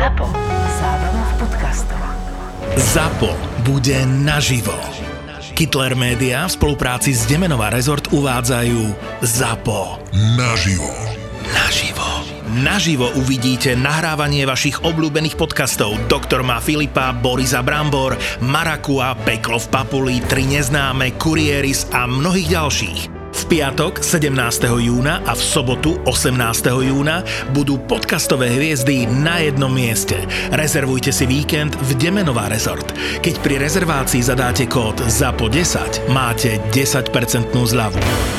ZAPO. Zábrná v podcastov. ZAPO bude naživo. Kittler Media v spolupráci s Demenová Resort uvádzajú ZAPO naživo. Naživo uvidíte nahrávanie vašich obľúbených podcastov Doktor má Filipa, Borisa Brambor, Marakua, Peklo v Papuli, Tri neznáme, Kurieris a mnohých ďalších. V piatok 17. júna a v sobotu 18. júna budú podcastové hviezdy na jednom mieste. Rezervujte si víkend v Demenová Resort. Keď pri rezervácii zadáte kód ZAPO10, máte 10% zľavu.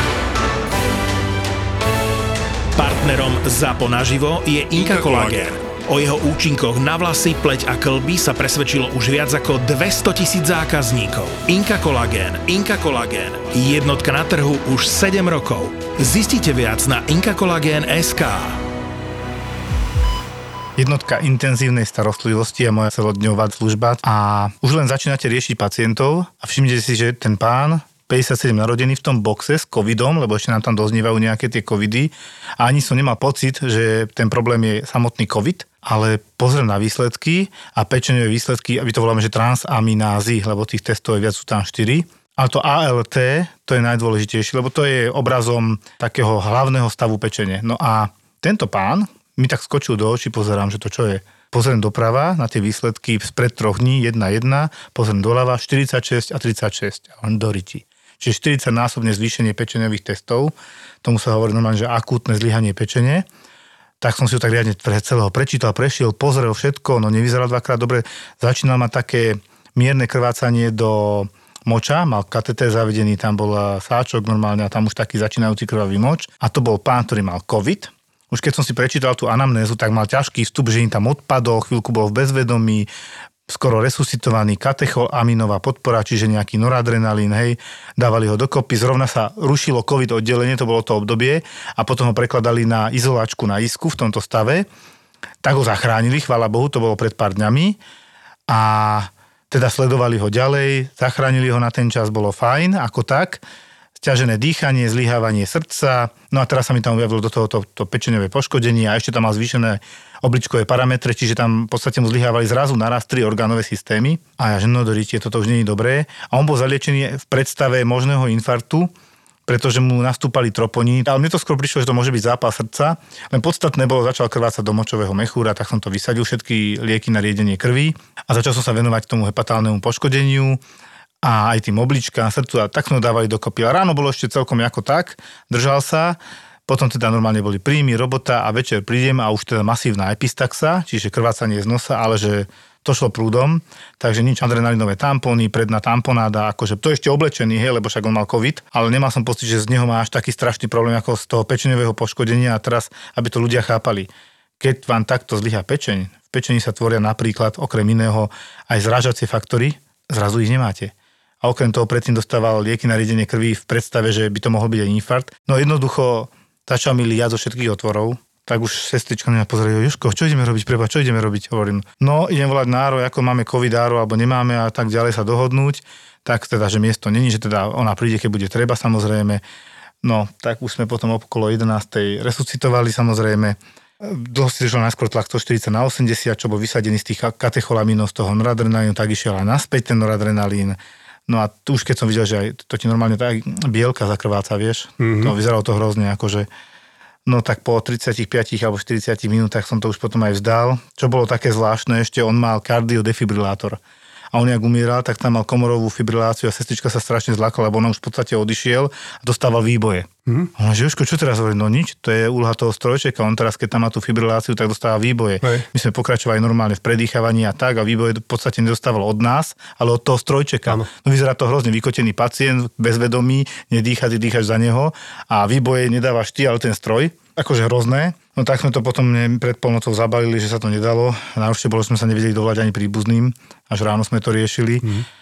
Partnerom ZAPO naživo je Inka Kolagén. O jeho účinkoch na vlasy, pleť a kĺby sa presvedčilo už viac ako 200 000 zákazníkov. Inka Kolagén. Jednotka na trhu už 7 rokov. Zistite viac na inkakolagén.sk. Jednotka intenzívnej starostlivosti je moja celodňová služba a už len začínate riešiť pacientov a všimnite si, že ten pán 57 narodený v tom boxe s covidom, lebo ešte nám tam doznievajú nejaké tie covidy a ani som nemal pocit, že ten problém je samotný covid, ale pozriem na výsledky a pečeňové výsledky, aby to voláme, že transaminázy, lebo tých testov je viac, sú tam 4. Ale to ALT, to je najdôležitejšie, lebo to je obrazom takého hlavného stavu pečene. No a tento pán mi tak skočil do očí, pozerám, že to čo je. Pozriem doprava na tie výsledky spred 3 dní, 1-1, pozriem doľava 46 a 36, a on do riti. Čiže 40-násobne zvýšenie pečeňových testov, tomu sa hovorí normálne, že akútne zlyhanie pečene. Tak som si ho tak riadne celého prečítal, prešiel, pozrel všetko, no nevyzeral dvakrát dobre, začínal mať také mierne krvácanie do moča, mal kateter zavedený, tam bol sáčok normálne a tam už taký začínajúci krvavý moč. A to bol pán, ktorý mal covid. Už keď som si prečítal tú anamnézu, tak mal ťažký vstup, že im tam odpadol, chvíľku bol v bezvedomí, skoro resuscitovaný, katechol-aminová podpora, čiže nejaký noradrenalín, hej, dávali ho dokopy, zrovna sa rušilo COVID oddelenie, to bolo to obdobie, a potom ho prekladali na izolačku na isku v tomto stave, tak ho zachránili, chvála Bohu, to bolo pred pár dňami, a teda sledovali ho ďalej, zachránili ho na ten čas, bolo fajn, ako tak, sťažené dýchanie, zlyhávanie srdca, no a teraz sa mi tam objavilo do toho to pečeňové poškodenie a ešte tam mal zvýšené obličkové parametre, čiže tam v podstate mu zlyhávali zrazu naraz 3 orgánové systémy. A ja, že no do ríti, toto už nie je dobré. A on bol zaliečený v predstave možného infarktu, pretože mu nastúpali troponiny. Ale mne to skôr prišlo, že to môže byť zápal srdca. Len podstatné bolo, začal krvácať do močového mechúra, tak som to vysadil, všetky lieky na riedenie krvi a začal som sa venovať tomu hepatálnemu poškodeniu a aj tým obličkám, srdcu a tak sme ho dávali dokopy. A ráno bolo ešte celkom ako tak, držal sa. Potom teda normálne boli príjmy, robota a večer prídem a už teda masívna epistaxa, čiže krvácanie z nosa, ale že to šlo prúdom, takže nič adrenalinové tampóny, predná tamponáda, akože to ešte oblečený, hej, lebo však on mal covid, ale nemal som pocit, že z neho má až taký strašný problém ako z toho pečeňového poškodenia a teraz, aby to ľudia chápali. Keď vám takto zlyhá pečeň, v pečení sa tvoria napríklad okrem iného aj zrážacie faktory, zrazu ich nemáte. A okrem toho predtým dostával lieky na riedenie krvi v predstave, že by to mohol byť aj infarkt. No jednoducho začal mi liať zo všetkých otvorov, tak už sestrička na mňa pozerajú, Jožko, čo ideme robiť, čo ideme robiť? Hovorím, no idem volať náro, ako máme covidáro, alebo nemáme a tak ďalej sa dohodnúť, tak teda, že miesto není, že teda ona príde, keď bude treba, samozrejme. No, tak už sme potom okolo 11. resuscitovali, samozrejme. Dlho si išlo najskôr tlak 140/80, čo bol vysadený z tých katecholamínov, z toho noradrenalínu, tak išiel aj naspäť ten noradrenalín. No a tu už keď som videl, že aj to ti normálne tak bielka zakrváca, vieš, to vyzeralo to hrozne, akože, no tak po 35 alebo 40 minútach som to už potom aj vzdal. Čo bolo také zvláštne, ešte on mal kardiodefibrilátor. A on jak umieral, tak tam mal komorovú fibriláciu a sestrička sa strašne zlákala, lebo on už v podstate odišiel a dostával výboje. A on že, Jožko, čo teraz hovorí? No nič, to je úloha toho strojčeka, on teraz, keď tam má tú fibriláciu, tak dostáva výboje. My sme pokračovali normálne v predýchavaní a tak a výboje v podstate nedostával od nás, ale od toho strojčeka. No vyzerá to hrozne, vykotený pacient, bezvedomý, dýchaš za neho a výboje nedávaš ty, ale ten stroj. Akože hrozné. No tak sme to potom pred polnocou zabalili, že sa to nedalo. Najhoršie bolo, že sme sa nevedeli dovolať ani príbuzným. Až ráno sme to riešili.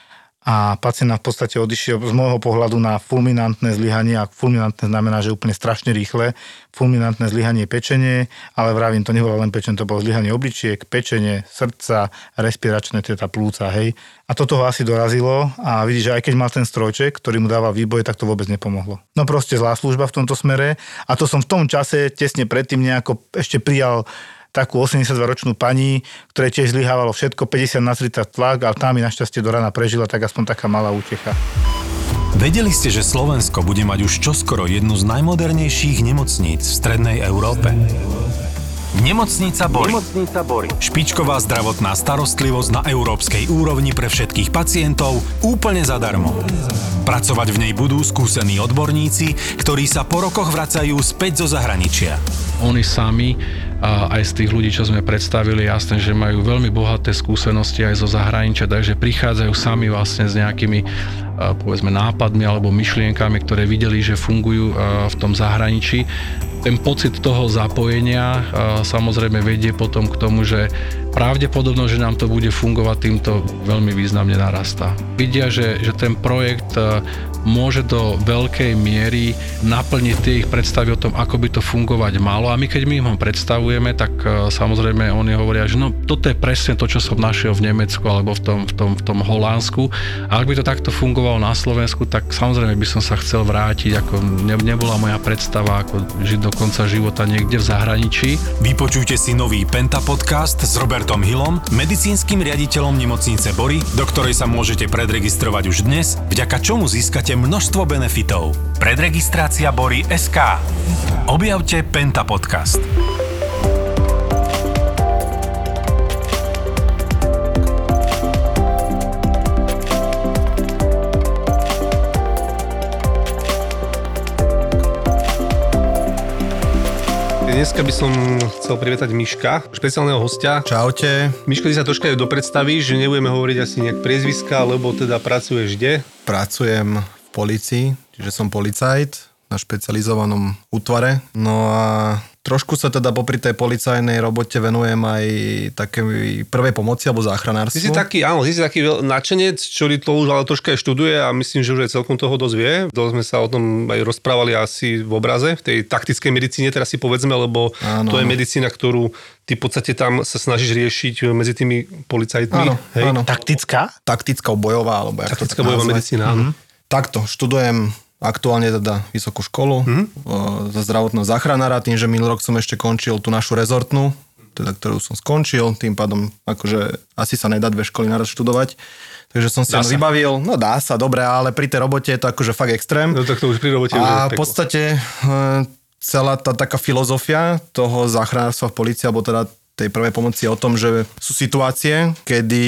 A pacient v podstate odišiel z môjho pohľadu na fulminantné zlyhanie. A fulminantné znamená, že úplne strašne rýchle. Fulminantné zlyhanie pečene, ale vravím, to nebolo len pečen, to bolo zlyhanie obličiek, pečene, srdca, respiračné, teda plúca, hej. A toto ho asi dorazilo a vidíš, že aj keď mal ten strojček, ktorý mu dával výboje, tak to vôbec nepomohlo. No proste zlá služba v tomto smere a to som v tom čase tesne predtým nejako ešte prijal takú 82-ročnú pani, ktoré tiež zlyhávalo všetko, 50 na 30 tlak, ale tá mi našťastie do rána prežila, tak aspoň taká malá útecha. Vedeli ste, že Slovensko bude mať už čoskoro jednu z najmodernejších nemocníc v strednej Európe? Nemocnica Bory. Špičková zdravotná starostlivosť na európskej úrovni pre všetkých pacientov úplne zadarmo. Pracovať v nej budú skúsení odborníci, ktorí sa po rokoch vracajú späť zo zahraničia. Oni sami, aj z tých ľudí, čo sme predstavili, jasné, že majú veľmi bohaté skúsenosti aj zo zahraničia, takže prichádzajú sami vlastne s nejakými povedzme nápadmi alebo myšlienkami, ktoré videli, že fungujú v tom zahraničí. Ten pocit toho zapojenia samozrejme vedie potom k tomu, že pravdepodobnosť, že nám to bude fungovať, týmto veľmi významne narastá. Vidia, že ten projekt môže do veľkej miery naplniť tie ich predstavy o tom, ako by to fungovať malo. A my keď my im ho predstavujeme, tak samozrejme oni hovoria, že no toto je presne to, čo som našiel v Nemecku alebo v tom Holandsku. A ak by to takto fungovalo na Slovensku, tak samozrejme by som sa chcel vrátiť, ako nebola moja predstava, ako žiť do konca života niekde v zahraničí. Vypočujte si nový Penta podcast s Robertom Hillom, medicínskym riaditeľom nemocnice Bory, do ktorej sa môžete predregistrovať už dnes, vďaka čomu získate množstvo benefitov. Predregistrácia Bory.sk. Objavte Penta podcast. Dneska by som chcel privítať Miška, špeciálneho hostia. Čaute. Miško, ty sa troška dopredstavíš, že nebudeme hovoriť asi nejak priezviska, lebo teda pracuješ kde? Pracujem v polícii, čiže som policajt na špecializovanom útvare. No a trošku sa teda popri tej policajnej robote venujem aj takej prvej pomoci alebo záchranárstvu. Ty si taký nadšenec, ktorý to už ale troška aj študuje a myslím, že už aj celkom toho dosť vie. Dosť sme sa o tom aj rozprávali asi v obraze, v tej taktickej medicíne, teraz si povedzme, lebo to je medicína, ktorú ty v podstate tam sa snažíš riešiť medzi tými policajtmi. Áno. Taktická? Taktická bojová, alebo taktická bojová medicína, áno. Takto, študujem aktuálne teda vysokú školu za zdravotného záchranára, tým, že minulý rok som ešte končil tú našu rezortnú, teda ktorú som skončil, tým pádom akože asi sa nedá 2 školy naraz študovať. Takže som si vybavil, no dá sa, dobre, ale pri tej robote je to akože fakt extrém. No tak to už pri robote a v podstate celá tá taká filozofia toho záchranárstva v polícii, alebo teda tej prvej pomoci je o tom, že sú situácie, kedy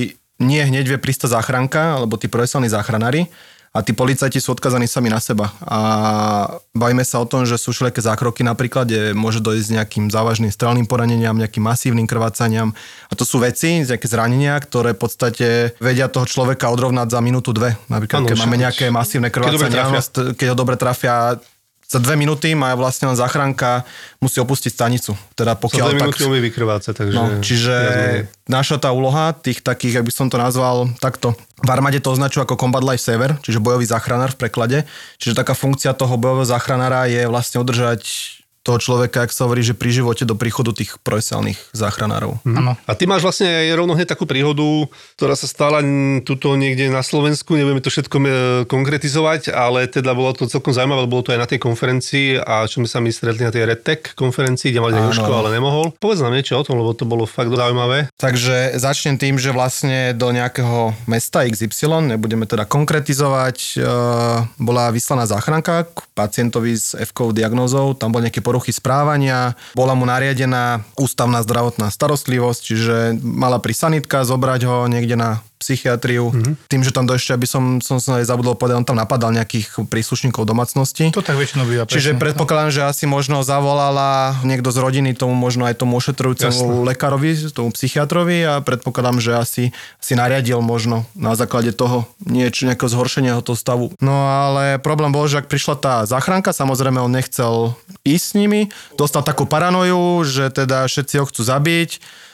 nie hneď vie prísť tá záchranka, alebo tí profesionálni záchranári, a tí policajti sú odkazaní sami na seba. A bavíme sa o tom, že sú všelijaké zákroky napríklad, kde môže dojsť nejakým závažným strelným poraneniam, nejakým masívnym krvácaniam. A to sú veci, nejaké zranenia, ktoré v podstate vedia toho človeka odrovnať za minútu, 2. Napríklad, keď máme nejaké masívne krvácania, keď ho dobre trafia, za 2 minúty má vlastne len záchranka, musí opustiť stanicu. Teda pokiaľ za 2 minúty umie vykrvácať, takže... No, čiže naša tá úloha tých takých, ak by som to nazval takto, v armáde to označujú ako Combat Life Saver, čiže bojový záchranár v preklade. Čiže taká funkcia toho bojového záchranára je vlastne udržať toho človeka, ak sa hovorí, že pri živote do príchodu tých profesionálnych záchranárov. Áno. A ty máš vlastne aj rovno hneď takú príhodu, ktorá sa stala tuto niekde na Slovensku, nebudeme to všetko konkretizovať, ale teda bolo to celkom zaujímavé, bolo to aj na tej konferencii a čo sme sa my stretli na tej RedTech konferencii, kde mali Jožko, ale nemohol. Povedz nám niečo o tom, lebo to bolo fakt zaujímavé. Takže začnem tým, že vlastne do nejakého mesta XY, nebudeme teda konkretizovať, bola vyslaná záchranka k pacientovi s F-kovou diagnózou, tam bol nejaký poruchy správania, bola mu nariadená ústavná zdravotná starostlivosť, čiže mala prísť sanitka, zobrať ho niekde na psychiatriu. Tým, že tam ešte, aby som sa aj zabudol povedať, on tam napadal nejakých príslušníkov domácnosti. To tak väčšinou býva. Čiže predpokladám, že asi možno zavolala niekto z rodiny tomu možno aj tomu ošetrujúcemu lekárovi, tomu psychiatrovi a predpokladám, že asi nariadil možno na základe toho nejakého zhoršenia toho stavu. No ale problém bol, že ak prišla tá záchranka, samozrejme on nechcel ísť s nimi, dostal takú paranoju, že teda všetci ho chcú zabiť,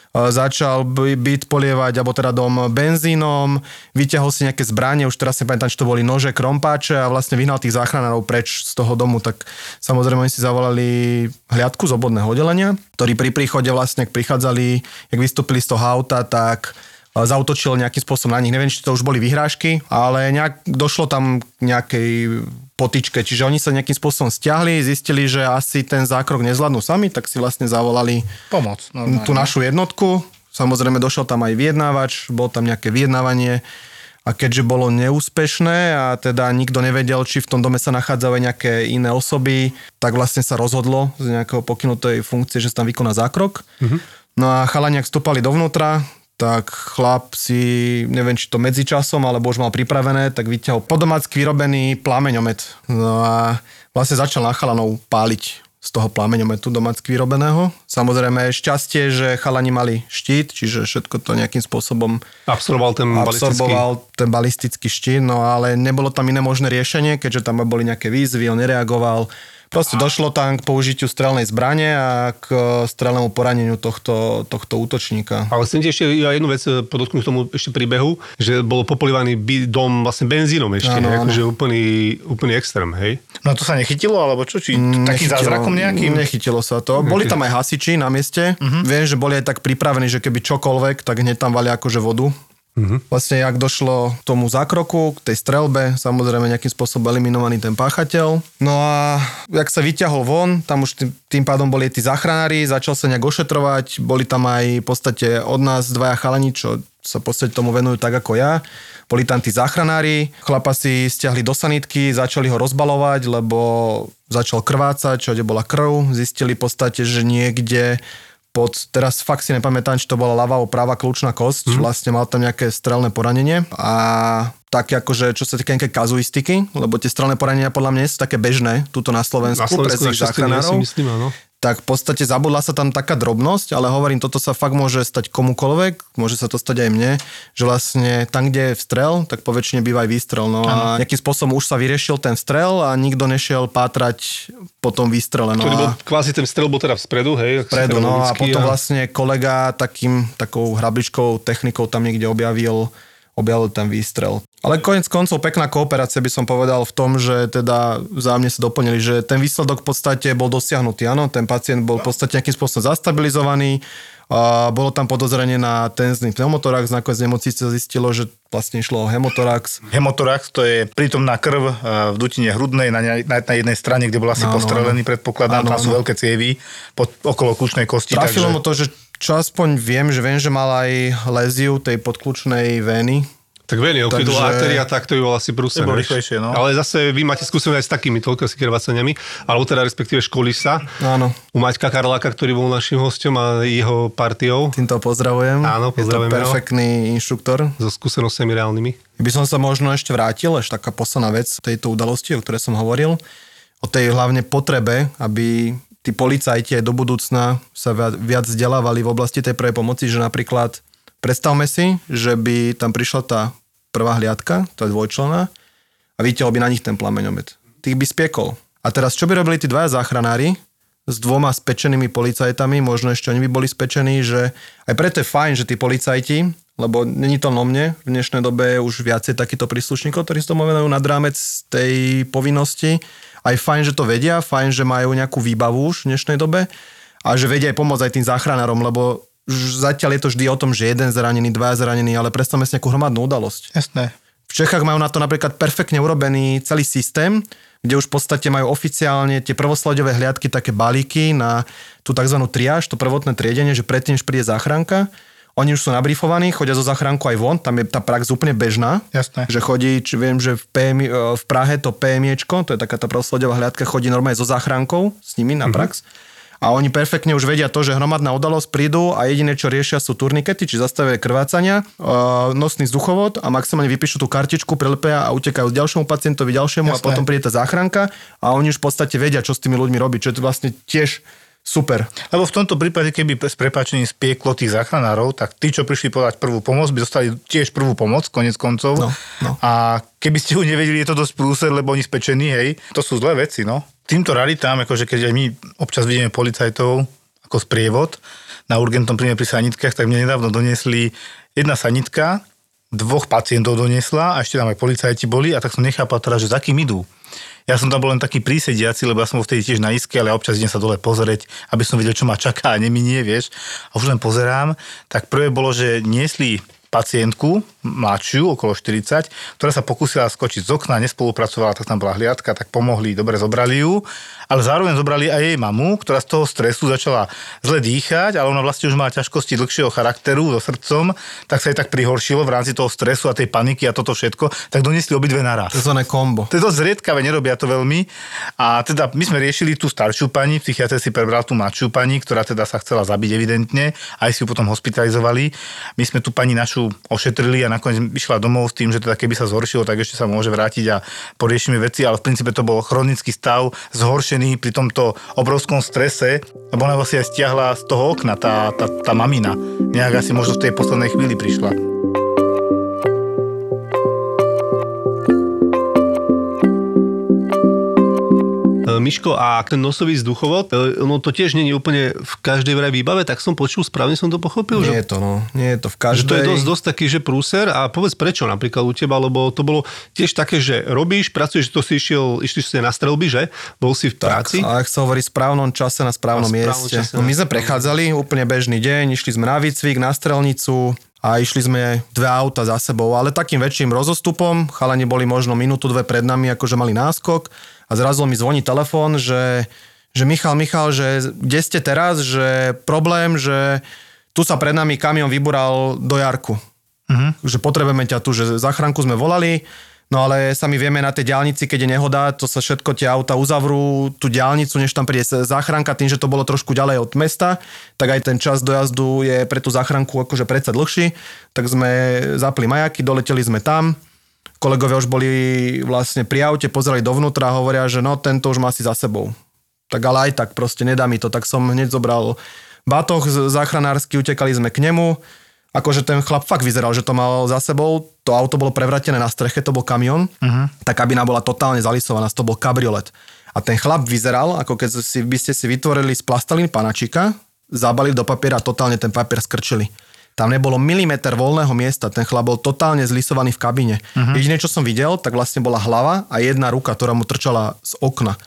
začal byt polievať, alebo teda dom benzínom, vyťahol si nejaké zbranie, už teraz si pamätám, či to boli nože, krompáče a vlastne vyhnal tých záchranárov preč z toho domu, tak samozrejme oni si zavolali hliadku z obvodného oddelenia, ktorí pri príchode vlastne, ak prichádzali, jak vystúpili z toho auta, tak zautočil nejakým spôsobom na nich. Neviem, či to už boli vyhrážky, ale došlo tam k nejakej potyčke. Čiže oni sa nejakým spôsobom stiahli, zistili, že asi ten zákrok nezvládnu sami, tak si vlastne zavolali Pomoc. Normálne. tú našu jednotku. Samozrejme došiel tam aj vyjednávač, bolo tam nejaké vyjednávanie a keďže bolo neúspešné a teda nikto nevedel, či v tom dome sa nachádzajú nejaké iné osoby, tak vlastne sa rozhodlo z nejakého pokynutej funkcie, že sa tam vykoná zákrok. No a chalani, ak vstúpali dovnútra, tak chlap si, neviem, či to medzičasom, alebo už mal pripravené, tak vyťahol podomácky vyrobený plameňomet. No a vlastne začal na chalanov páliť z toho plameňometu domácky vyrobeného. Samozrejme šťastie, že chalani mali štít, čiže všetko to nejakým spôsobom Absorboval ten balistický štít, no ale nebolo tam iné možné riešenie, keďže tam boli nejaké výzvy, on nereagoval. Proste došlo tam k použitiu strelnej zbrane a k strelnému poraneniu tohto útočníka. Ale chcem ti ešte jednu vec podotknúť k tomu ešte príbehu, že bol popolivaný dom vlastne benzínom ešte, akože úplný extrém, hej? No to sa nechytilo, alebo čo? Či takým zázrakom nejakým? Nechytilo sa to. Boli tam aj hasiči na mieste. Viem, že boli aj tak pripravení, že keby čokoľvek, tak hneď tam valia akože vodu. Vlastne, jak došlo k tomu zákroku, k tej streľbe, samozrejme nejakým spôsobom eliminovaný ten páchateľ. No a jak sa vyťahol von, tam už tým pádom boli tí záchranári, začal sa nejak ošetrovať, boli tam aj v podstate od nás dvaja chalani, čo sa v podstate tomu venujú tak ako ja. Boli tam tí záchranári, chlapa si stiahli do sanitky, začali ho rozbalovať, lebo začal krvácať, čo kde bola krv, zistili v podstate, že niekde teraz fakt si nepamätám, či to bola ľavá alebo práva kľúčna kosť, vlastne mal tam nejaké strelné poranenie a také akože, čo sa týka nejaké kazuistiky, lebo tie strelné poranenia podľa mňa sú také bežné, tuto na Slovensku pre tých záchranárov. Tak v podstate zabudla sa tam taká drobnosť, ale hovorím, toto sa fakt môže stať komukoľvek, môže sa to stať aj mne, že vlastne tam, kde je vstrel, tak poväčšine býva aj výstrel. No a nejakým spôsobom už sa vyriešil ten vstrel a nikto nešiel pátrať po tom výstrele. No kvázi ten strel bol teda vspredu, hej? Vpredu, no a potom vlastne kolega takou hrabličkou technikou tam niekde objavil ten výstrel. Ale koniec koncov pekná kooperácia by som povedal v tom, že teda vzájomne sa doplnili, že ten výsledok v podstate bol dosiahnutý. Áno, ten pacient bol v podstate nejakým spôsobom zastabilizovaný, a bolo tam podozrenie na tenzný pneumotorax, nakoniec nemocnice zistilo, že vlastne išlo o hemotorax. Hemotorax to je prítomná krv v dutine hrudnej na jednej strane, kde bol asi postrelený, predpokladám, tam sú veľké cievy okolo kľúčnej kosti. Trafilo mu to, že čo aspoň viem, že mal aj léziu tej podkľúčnej vény. Tak veľmi, keď to bola artéria, tak to by bol asi brúsen. No. Ale zase vy máte skúsenosť aj s takými toľko si krvácaniami, alebo teda respektíve školí sa. Áno. U Maťka Karláka, ktorý bol našim hosťom a jeho partiou. Týmto pozdravujem. Áno, pozdravujem. Je to perfektný inštruktor. So skúsenostiami reálnymi. By som sa možno ešte vrátil, ešte taká posledná vec tejto udalosti, o ktorej som hovoril. O tej hlavne potrebe, aby tí policajti aj do budúcna sa viac vzdelávali v oblasti tej prvej pomoci, že napríklad predstavme si, že by tam prišla tá prvá hliadka, tá dvojčlenná, a vytiahol by na nich ten plameňomet. Tých by spiekol. A teraz čo by robili tí dvaja záchranári s dvoma spečenými policajtami, možno ešte oni by boli spečení, že aj preto je fajn, že tí policajti, lebo není to no mne, v dnešnej dobe je už viacej takýchto príslušníkov, ktorí si tomu venujú nad rámec tej povinnosti. Aj fajn, že to vedia, fajn, že majú nejakú výbavu už v dnešnej dobe a že vedia aj pomôcť aj tým záchranárom, lebo zatiaľ je to vždy o tom, že jeden zranený, dvaja zranení, ale predstavme si nejakú hromadnú udalosť. Jasné. V Čechách majú na to napríklad perfektne urobený celý systém, kde už v podstate majú oficiálne tie prvosledové hliadky, také balíky na tú tzv. Triáž, to prvotné triedenie, že predtým, než príde záchranka, oni už sú nabrifovaní, chodia zo záchranku aj von, tam je tá prax úplne bežná. Jasné. Že chodí, viem, že v Prahe to PMIčko, to je taká tá prvosledová hliadka, chodí normálne so záchrankou s nimi na prax. A oni perfektne už vedia to, že hromadná udalosť prídu a jediné, čo riešia, sú turnikety, či zastavuje krvácania, nosný vzduchovod a maximálne vypíšu tú kartičku, prelepia a utekajú k ďalšiemu pacientovi, ďalšiemu. Jasné. A potom príde tá záchranka a oni už v podstate vedia, čo s tými ľuďmi robiť, čo je to vlastne tiež super. Lebo v tomto prípade, keby s prepáčením spieklo tých záchranárov, tak tí, čo prišli podať prvú pomoc, by dostali tiež prvú pomoc, konec koncov. No. A keby ste ju nevedeli, je to dosť prúser, lebo oni spečení, hej. To sú zlé veci, no. Týmto realitám, akože keď aj my občas vidíme policajtov ako sprievod na urgentnom príjme pri sanitkách, tak mne nedávno doniesli jedna sanitka, 2 pacientov doniesla a ešte tam aj policajti boli a tak som nechápal teraz, že za kým idú. Ja som tam bol len taký prísediaci, lebo ja som vtedy tiež na iske, ale občas idem sa dole pozrieť, aby som videl, čo ma čaká a neminie, vieš. A už len pozerám, tak prvé bolo, že niesli pacientku mladšiu, okolo 40, ktorá sa pokúsila skočiť z okna, nespolupracovala, tak tam bola hliadka, tak pomohli, dobre zobrali ju, ale zároveň zobrali aj jej mamu, ktorá z toho stresu začala zle dýchať, ale ona vlastne už mala ťažkosti dlhšieho charakteru so srdcom, tak sa jej tak prihoršilo v rámci toho stresu a tej paniky a toto všetko, tak doniesli obidve naraz. To je kombo. To je dosť zriedkavé, nerobia to veľmi. A teda my sme riešili tú staršiu pani, psychiatr si prebral tú mladšiu pani, ktorá teda sa chcela zabiť evidentne, aj si ju potom hospitalizovali. My sme tú pani našu ošetrili a nakoniec išla domov s tým, že teda keby sa zhoršilo, tak ešte sa môže vrátiť a poriešime veci, ale v princípe to bol chronický stav, zhoršený pri tomto obrovskom strese, lebo ona vlastne aj stiahla z toho okna tá mamina. Nejak asi možno v tej poslednej chvíli prišla. Miško, a ten nosový vzduchovod, no to tiež nie je úplne v každej vraj výbave, tak som počul, správne som to pochopil? Nie je to, no. Nie je to v každej. Že to je dosť taký, že prúser, a povedz prečo napríklad u teba, lebo to bolo tiež také, že robíš, pracuješ, to si išli ste na streľby, že? Bol si v práci? Tak, ak sa hovorí v správnom čase na správnom mieste. No, my sme prechádzali úplne bežný deň, išli sme na výcvik, na strelnicu, a išli sme 2 auta za sebou, ale takým väčším rozostupom. Chalani boli možno minútu, 2 pred nami, akože mali náskok. A zrazu mi zvoní telefón, že Michal, že kde ste teraz, že problém, že tu sa pred nami kamión vybural do Jarku. Že potrebujeme ťa tu, že záchranku sme volali, no ale sami vieme na tej diaľnici, keď je nehoda, to sa všetko tie auta uzavrú, tú diaľnicu, než tam príde záchranka, tým, že to bolo trošku ďalej od mesta, tak aj ten čas dojazdu je pre tú záchranku akože predsa dlhší, tak sme zapli majaky, doleteli sme tam. Kolegovia už boli vlastne pri aute, pozerali dovnútra a hovoria, že no, tento už má si za sebou. Tak ale aj tak proste nedá mi to, tak som hneď zobral batoh záchranársky, utekali sme k nemu. Akože ten chlap fakt vyzeral, že to mal za sebou, to auto bolo prevratené na streche, to bol kamión, tá kabina bola totálne zalisovaná, to bol kabriolet. A ten chlap vyzeral, ako keď by ste si vytvorili z plastelín panačika, zabalili do papiera a totálne ten papier skrčili. Tam nebolo milimeter voľného miesta, ten chlap bol totálne zlisovaný v kabíne. Jediné, čo som videl, tak vlastne bola hlava a jedna ruka, ktorá mu trčala z okna.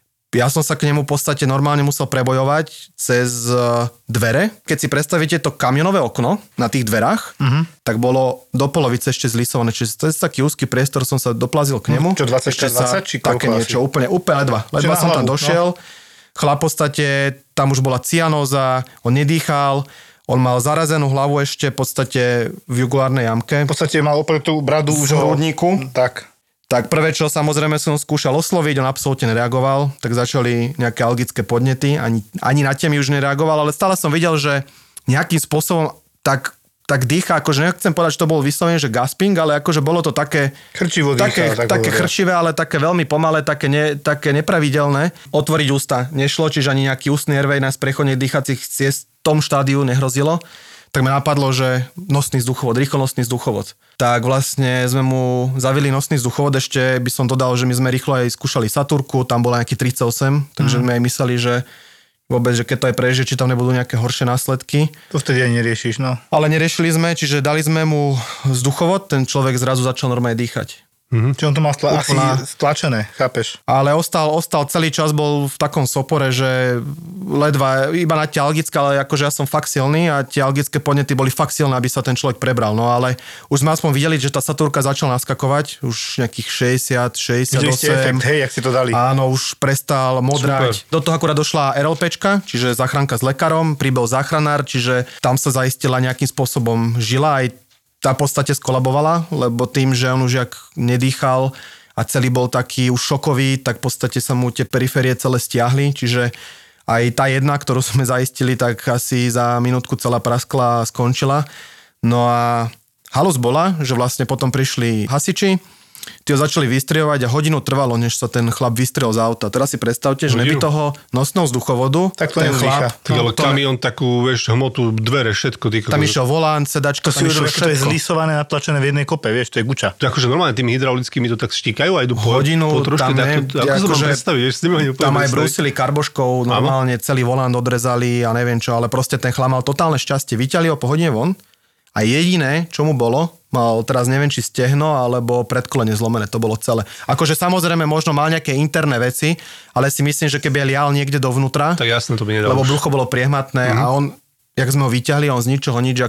Ja som sa k nemu v podstate normálne musel prebojovať cez dvere. Keď si predstavíte to kamionové okno na tých dverách, tak bolo do polovice ešte zlisované. Čiže cez taký úzky priestor som sa doplazil k nemu. Čo, 20 či koľko? Také niečo, úplne ledva. Ledva som tam došiel. Chlap v podstate, tam už bola cianóza, on nedýchal. On mal zarazenú hlavu ešte v podstate v jugulárnej jamke. V podstate mal opretú bradu v hrudníku. Tak prvé, čo samozrejme som skúšal osloviť, on absolútne nereagoval, tak začali nejaké algické podnety, ani na tie mi už nereagoval, ale stále som videl, že nejakým spôsobom tak dýcha, akože nechcem povedať, že to bol vyslovene, že gasping, ale akože bolo to také chrčivo dýcha, také chrčivé, ale také veľmi pomalé, také nepravidelné. Otvoriť ústa nešlo, čiže ani nejaký ústny airway na sprechodne dýchacích ciest v tom štádiu nehrozilo. Tak mi napadlo, že rýchlo nosný vzduchovod. Tak vlastne sme mu zavili nosný vzduchovod, ešte by som dodal, že my sme rýchlo aj skúšali Saturku, tam bola nejaký 38, takže sme aj mysleli, že vôbec, že keď to aj prežije, či tam nebudú nejaké horšie následky. To vtedy aj neriešiš, no. Ale neriešili sme, čiže dali sme mu vzduchovod, ten človek zrazu začal normálne dýchať. Čiže on to mal asi stlačené, chápeš? Ale ostal celý čas, bol v takom sopore, že ledva, iba na tie algické, ale akože ja som fakt silný a tie algické podnety boli fakt silné, aby sa ten človek prebral. No ale už sme aspoň videli, že tá Saturka začala naskakovať, už nejakých 60, 68. Videli ste efekt, hej, jak si to dali. Áno, už prestal modrať. Super. Do toho akurát došla RLPčka, čiže záchranka s lekárom, pribehol záchranár, čiže tam sa zaistila nejakým spôsobom žila, aj tá v podstate skolabovala, lebo tým, že on už jak nedýchal a celý bol taký už šokový, tak v podstate sa mu tie periférie celé stiahli, čiže aj tá jedna, ktorú sme zaistili, tak asi za minútku celá praskla a skončila. No a halus bola, že vlastne potom prišli hasiči, tí ho začali vystrievať a hodinu trvalo, než sa ten chlap vystriel z auta. Teraz si predstavte, že neby toho nosného vzduchovodu, tak to ten chlap... Ale kamión takú, vieš, hmotu, dvere, všetko. Tam išiel volant, sedačka, tam išiel všetko. To je zlisované, natlačené v jednej kope, vieš, to je guča. To akože normálne tými hydraulickými to tak štíkajú a idú po hodinu, trošku. Ako sa mám predstaviť, vieš, tam aj brúsili karboškou, normálne celý volant odrezali a neviem čo, ale proste ten chlap mal totálne šťastie. Vyťali ho po hodine von a jediné, čo mu bolo, mal teraz neviem, či stehno, alebo predkolenie zlomené, to bolo celé. Akože samozrejme možno mal nejaké interné veci, ale si myslím, že keby lial niekde dovnútra, tak jasne, to by nedalo. Lebo brucho bolo priehmatné a on, jak sme ho vyťahli, on z ničoho nič, jak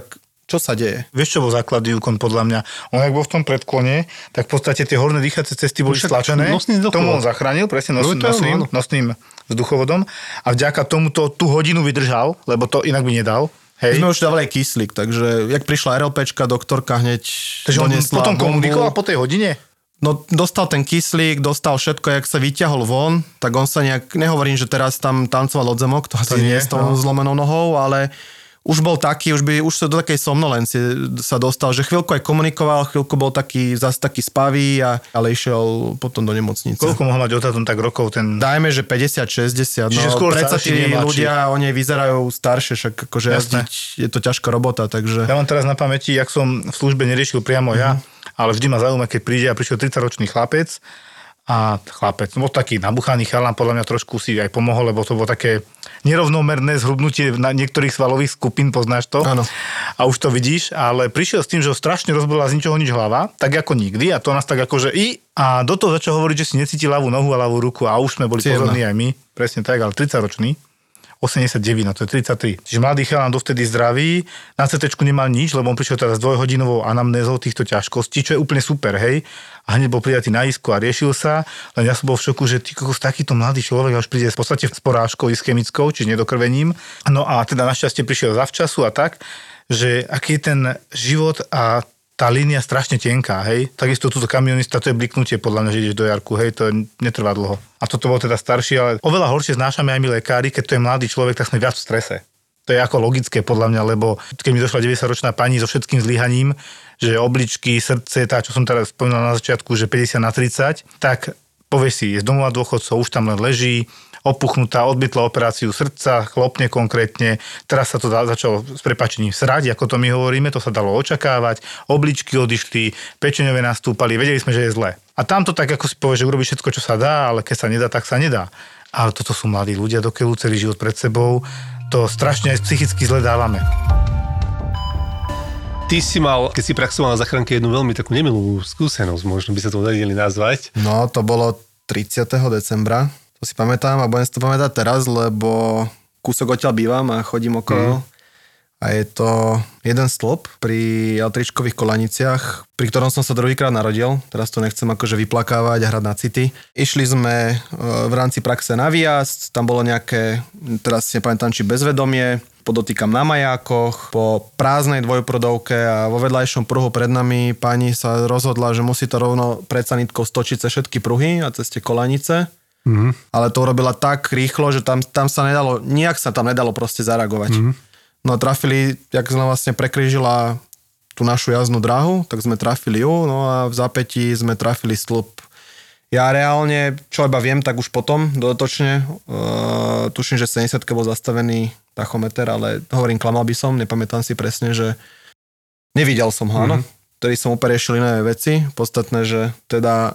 čo sa deje. Vieš, čo bol základný úkon podľa mňa? On ak bol v tom predklone, tak v podstate tie horné dýchacie cesty boli stlačené. Tomu on zachránil, presne nosným vzduchovodom a vďaka tomuto tú hodinu vydržal, lebo to inak by nedal. Hej. My už dávali aj kyslík, takže jak prišla RLPčka, doktorka hneď takže doniesla potom bombu. komunikoval po tej hodine? No dostal ten kyslík, dostal všetko, jak sa vyťahol von, tak on sa nejak, nehovorím, že teraz tam tancoval od zemok, to asi nie s tou zlomenou nohou, ale už bol taký, už sa do takej somnolencie sa dostal, že chvíľku aj komunikoval, chvíľku bol zase taký spavý, ale išiel potom do nemocnice. Koľko mohol mať otatom tak rokov ten... Dajme, že 50-60, no predsa tí ľudia, oni vyzerajú staršie, však akože jazdiť je to ťažká robota, takže... Ja mám teraz na pamäti, jak som v službe neriešil priamo ja, ale vždy ma zaujíma, keď príde a prišiel 30-ročný chlapec, bol taký nabuchaný chalán, podľa mňa trošku si aj pomohol, lebo to bolo také nerovnomerné zhrubnutie na niektorých svalových skupín, poznáš to? Áno. A už to vidíš, ale prišiel s tým, že ho strašne rozbolila z ničoho nič hlava, tak ako nikdy, a to nás tak akože a do toho začal hovoriť, že si necíti ľavú nohu a ľavú ruku a už sme boli pozorní aj my, presne tak, ale 30-ročný. 89, no to je 33. Čiže mladý chalán dovtedy zdravý, na CTčku nemal nič, lebo on prišiel teraz s 2-hodinovou anamnézou týchto ťažkostí, čo je úplne super, hej. A hneď bol prijatý na isku a riešil sa, len ja som bol v šoku, že takýto mladý človek už príde v podstate s porážkou ischemickou, čiže nedokrvením. No a teda našťastie prišiel zavčasu a tak, že aký je ten život a tá línia strašne tenká, hej. Takisto túto kamionista, to je bliknutie podľa mňa, že ideš do jarku, hej, to netrvá dlho. A toto bol teda starší, ale oveľa horšie znášame aj my lekári, keď to je mladý človek, tak sme viac v strese. To je ako logické podľa mňa, lebo keď mi došla 90-ročná pani so všetkým zlyhaním, že obličky, srdce, tá, čo som teraz spomínal na začiatku, že 50/30, tak povieš si, je z domova dôchodcov, už tam len leží, opuchnutá, odbytla operáciu srdca, chlopne konkrétne, teraz sa to začalo s prepáčením srať, ako to my hovoríme, to sa dalo očakávať, obličky odišli, pečeňové nastúpali, vedeli sme, že je zle. A tamto tak, ako si povie, že urobí všetko, čo sa dá, ale keď sa nedá, tak sa nedá. Ale toto sú mladí ľudia, dokeľu celý život pred sebou, to strašne aj psychicky zle dávame. Ty si mal, keď si praxoval na záchranke, jednu veľmi takú nemilú skúsenosť, možno by sa to vedeli nazvať. No, to bolo 30. decembra. To si pamätám a budem si to pamätať teraz, lebo kúsok odtiaľ bývam a chodím okolo. A je to jeden stĺp pri električkových kolaniciach, pri ktorom som sa druhýkrát narodil. Teraz to nechcem akože vyplakávať a hrať na city. Išli sme v rámci praxe na výjazd, tam bolo nejaké, teraz si nepamätám, či bezvedomie, podotýkam na majákoch, po prázdnej dvojprudovke a vo vedľajšom pruhu pred nami pani sa rozhodla, že musí to rovno pred sanitkou stočiť cez všetky pruhy a cez tie kolanice. Ale to urobila tak rýchlo, že tam sa nedalo, nijak sa tam nedalo proste zareagovať. No a trafili, jak sme vlastne prekrížila tú našu jazdnú dráhu, tak sme trafili ju, no a v zápätí sme trafili stĺp. Ja reálne, čo iba viem, tak už potom dodatočne, tuším, že 70 bol zastavený tachometer, ale hovorím, klamal by som, nepamätám si presne, že nevidel som ho, áno. Vtedy som úplne riešil iné veci, podstatné, že teda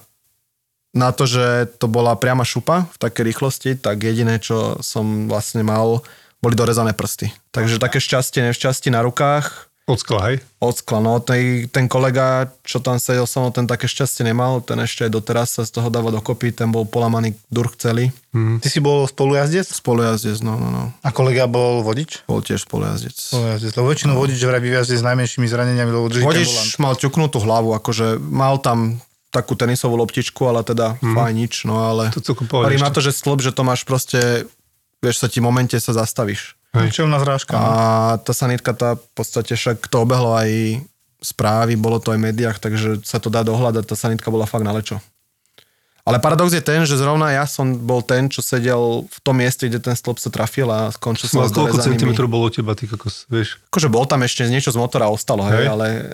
na to, že to bola priama šupa v takej rýchlosti, tak jediné, čo som vlastne mal, boli dorezané prsty. Takže také šťastie, nevšťastie na rukách. Od skla, hej? Od skla, no. Ten kolega, čo tam sedel so mnou, ten také šťastie nemal, ten ešte aj doteraz sa z toho dáva dokopy, ten bol polamaný durch celý. Ty si bol spolujazdec? Spolujazdec, no. A kolega bol vodič? Bol tiež spolujazdec. Lebo väčšinou vodič vraj vyjazdec s najmenšími zraneniami, lebo drží ten volant. Vodič mal ťuknutú hlavu, akože mal tam takú tenisovú loptičku, ale teda fajn nič, no ale hovorím na to, že stĺp, že to máš proste, vieš, sa ti v momente sa zastavíš. Čelná zrážka. A tá sanitka, tá v podstate však to obehlo aj správy, bolo to aj v médiách, takže sa to dá dohľadať, tá sanitka bola fakt na lečo. Ale paradox je ten, že zrovna ja som bol ten, čo sedel v tom mieste, kde ten stĺp sa trafil a skončil som s koľko dorezanými. centimetrov bolo teba, ty kokos, vieš? Akože bol tam ešte niečo z motora ostalo, hej, ale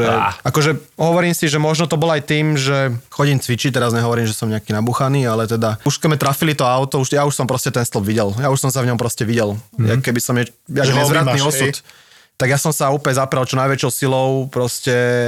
akože hovorím si, že možno to bol aj tým, že chodím cvičiť, teraz nehovorím, že som nejaký nabuchaný, ale teda už keď mi trafili to auto, ja už som proste ten stĺp videl. Ja už som sa v ňom proste videl. Jak keby som jak nezvratný osud. Tak ja som sa úplne zaprel čo najväčšou silou proste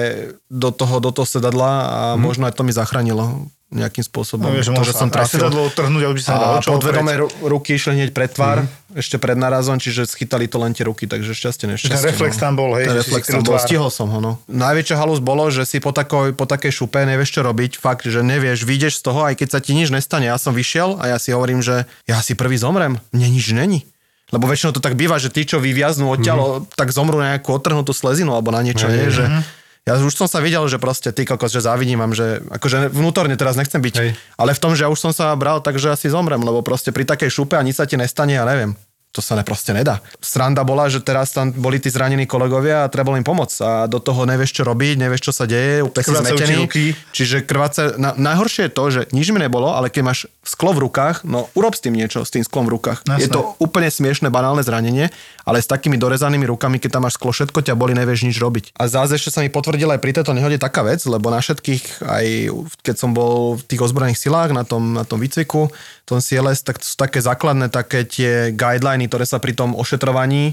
do toho sedadla a možno aj to mi zachránilo nejakým spôsobom. No, to, že som trafil. Sedadlo odtrhnúť, aby by sa nedalo čo podvedomé ruky išli hneď pred tvár, ešte pred narazom, čiže schytali to len tie ruky, takže šťastie, nešťastie. Ten reflex tam bol, hej. Ten reflex tam bol, stihol som ho, no. Najväčšia halus bolo, že si po takej šupe nevieš čo robiť, fakt, že nevieš, vyjdeš z toho, aj keď sa ti nič nestane. Ja som vyšiel a ja si hovorím, že ja si prvý zomrem, mne nič není. Lebo väčšinou to tak býva, že tí, čo vyviaznú odtiaľ, tak zomrú na nejakú odtrhnutú slezinu alebo na niečo, nie? Že ja už som sa videl, že proste ty kokos, že závidím vám, že akože vnútorne teraz nechcem byť, ale v tom, že ja už som sa bral, takže asi zomrem, lebo proste pri takej šupe a nič sa ti nestane, ja neviem. To sa proste nedá. Sranda bola, že teraz tam boli tí zranení kolegovia a treba im pomôcť a do toho nevieš, čo robiť, nevieš, čo sa deje, úplne si zmetený. Čiže krváca... Najhoršie je to, že nič mi nebolo, ale keď máš sklo v rukách, no urob s tým niečo, s tým sklom v rukách. Jasne. Je to úplne smiešne, banálne zranenie, ale s takými dorezanými rukami, keď tam máš sklo, všetko ťa boli, nevieš nič robiť. A zás ešte sa mi potvrdila aj pri tejto nehode taká vec, lebo na všetkých, aj keď som bol v tých ozbrojených silách na tom výcviku, tom CLS, tak to sú také základné, také tie guideliny, ktoré sa pri tom ošetrovaní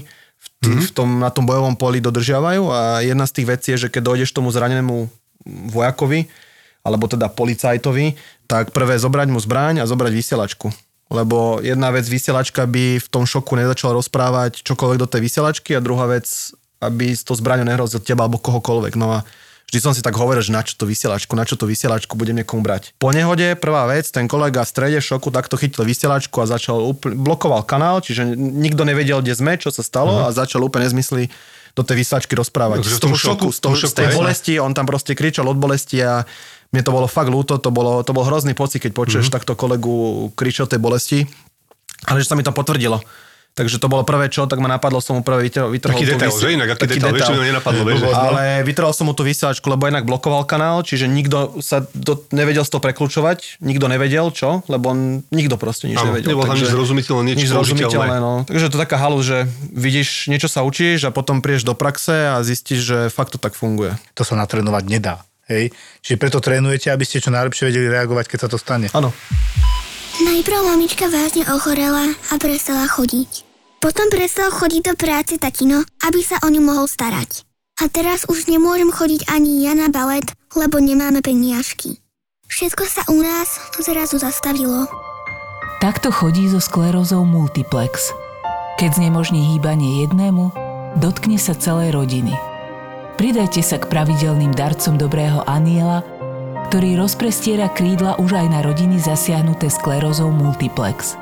na tom bojovom poli dodržiavajú a jedna z tých vecí je, že keď dojdeš tomu zranenému vojakovi, alebo teda policajtovi, tak prvé zobrať mu zbraň a zobrať vysielačku. Lebo jedna vec, vysielačka by v tom šoku nezačala rozprávať čokoľvek do tej vysielačky a druhá vec, aby to zbraňou nehrozil teba alebo kohokoľvek. No a vždy som si tak hovoril, že na čo to vysielačku budem niekomu brať. Po nehode prvá vec, ten kolega v strede šoku takto chytil vysielačku a začal blokoval kanál, čiže nikto nevedel, kde sme, čo sa stalo a začal úplne nezmysly do tej vysielačky rozprávať. Z toho šoku, z tej bolesti, on tam proste kričal od bolesti a mne to bolo fakt ľúto, to bol hrozný pocit, keď počuješ takto kolegu kričať o tej bolesti, ale že sa mi to potvrdilo. Takže to bolo prvé čo, tak ma napadlo, som mu prvé vytrhol taký detail, že inak, aký detail, väčšinou nenapadlo. Ale vytrhol som mu tú vysielačku, lebo inak blokoval kanál, čiže nikto sa nevedel z toho prekľúčovať, nikto nevedel čo, lebo nikto proste nič nevedel. Nebolo nič zrozumiteľné, nič použiteľné. No. Takže to je taká halu, že vidíš, niečo sa učíš a potom prídeš do praxe a zistíš, že fakt to tak funguje. To sa natrénovať nedá. Hej? Čiže preto trénujete, aby ste čo najlepšie vedeli reagovať, keď sa to stane. Áno. Najprv mamička vážne ochorela a prestala chodiť. Potom prestal chodiť do práce tatino, aby sa o ňu mohol starať. A teraz už nemôžem chodiť ani ja na balet, lebo nemáme peniažky. Všetko sa u nás zrazu zastavilo. Takto chodí so sklerózou multiplex. Keď znemožní hýbanie jednému, dotkne sa celej rodiny. Pridajte sa k pravidelným darcom dobrého aniela, ktorý rozprestiera krídla už aj na rodiny zasiahnuté sklerózou multiplex.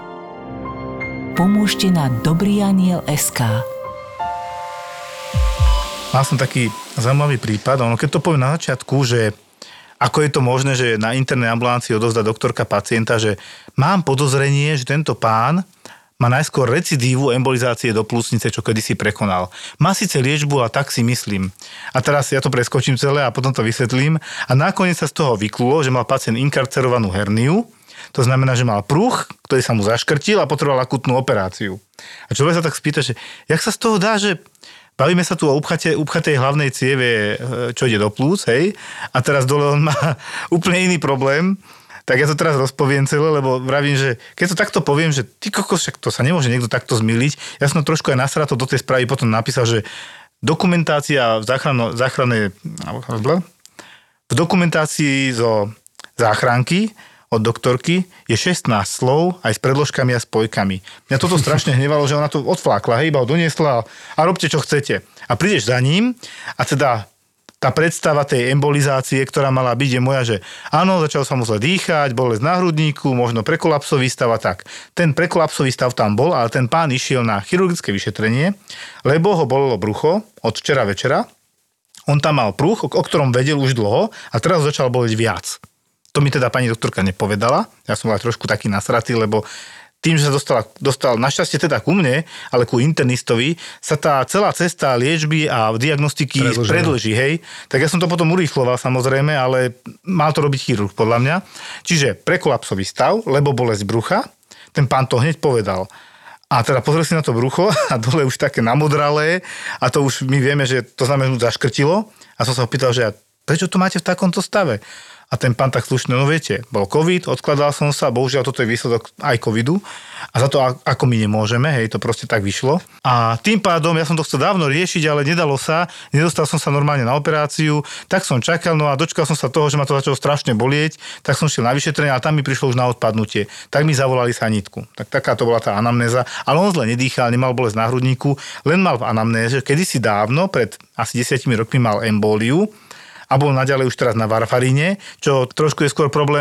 Pomôžte na dobrýaniel.sk. Mal som taký zaujímavý prípad, keď to poviem na začiatku, že ako je to možné, že na internej ambulancii odovzdá doktorka pacienta, že mám podozrenie, že tento pán má najskôr recidívu embolizácie do pľúcnice, čo kedysi prekonal. Má síce liečbu, a tak si myslím. A teraz ja to preskočím celé a potom to vysvetlím. A nakoniec sa z toho vyklulo, že mal pacient inkarcerovanú herniu. To znamená, že mal pruch, ktorý sa mu zaškrtil a potreboval akútnu operáciu. A človek sa tak spýta, že jak sa z toho dá, že bavíme sa tu o upchatej hlavnej cieve, čo ide do plúc, hej? A teraz dole on má úplne iný problém. Tak ja to teraz rozpoviem celé, lebo vravím, že keď to takto poviem, že ty kokos, však to sa nemôže niekto takto zmyliť. Ja som trošku aj nasrato do tej správy potom napísal, že dokumentácia v dokumentácii zo záchranky od doktorky je 16 slov aj s predložkami a spojkami. Mňa toto strašne hnevalo, že ona to odflákla, hej, iba ho doniesla a robte, čo chcete. A prídeš za ním a teda tá predstava tej embolizácie, ktorá mala byť, je moja, že áno, začal sa mu zle dýchať, bolesť na hrudníku, možno prekolapsový stav a tak. Ten prekolapsový stav tam bol, ale ten pán išiel na chirurgické vyšetrenie, lebo ho bolelo brucho od včera večera. On tam mal pruch, o ktorom vedel už dlho a teraz ho začal boleť viac. To mi teda pani doktorka nepovedala. Ja som bol trošku taký nasratý, lebo tým, že sa dostal našťastie teda ku mne, ale ku internistovi, sa tá celá cesta liečby a diagnostiky predĺží, hej. Tak ja som to potom urýchloval samozrejme, ale mal to robiť chirurg podľa mňa. Čiže prekolapsový stav, lebo bolesť brucha, ten pán to hneď povedal. A teda pozrel si na to brucho a dole už také namodralé a to už my vieme, že to znamená, že mu zaškrtilo. A som sa ho pýtal, že prečo to máte v takomto stave? A ten pán tak slušne, no viete, bol COVID, odkladal som sa, bohužiaľ toto je výsledok aj covidu a za to ako my nemôžeme, hej, to proste tak vyšlo. A tým pádom, ja som to chcel dávno riešiť, ale nedalo sa, nedostal som sa normálne na operáciu, tak som čakal, no a dočkal som sa toho, že ma to začalo strašne bolieť, tak som šiel na vyšetrenie a tam mi prišlo už na odpadnutie. Tak mi zavolali sanitku. Tak taká to bola tá anamnéza, ale on zle nedýchal, nemal bolesť na hrudníku, len mal v anamnéze, kedysi dávno, pred asi 10 rokmi mal embóliu, a bol naďalej už teraz na varfaríne, čo trošku je skôr problém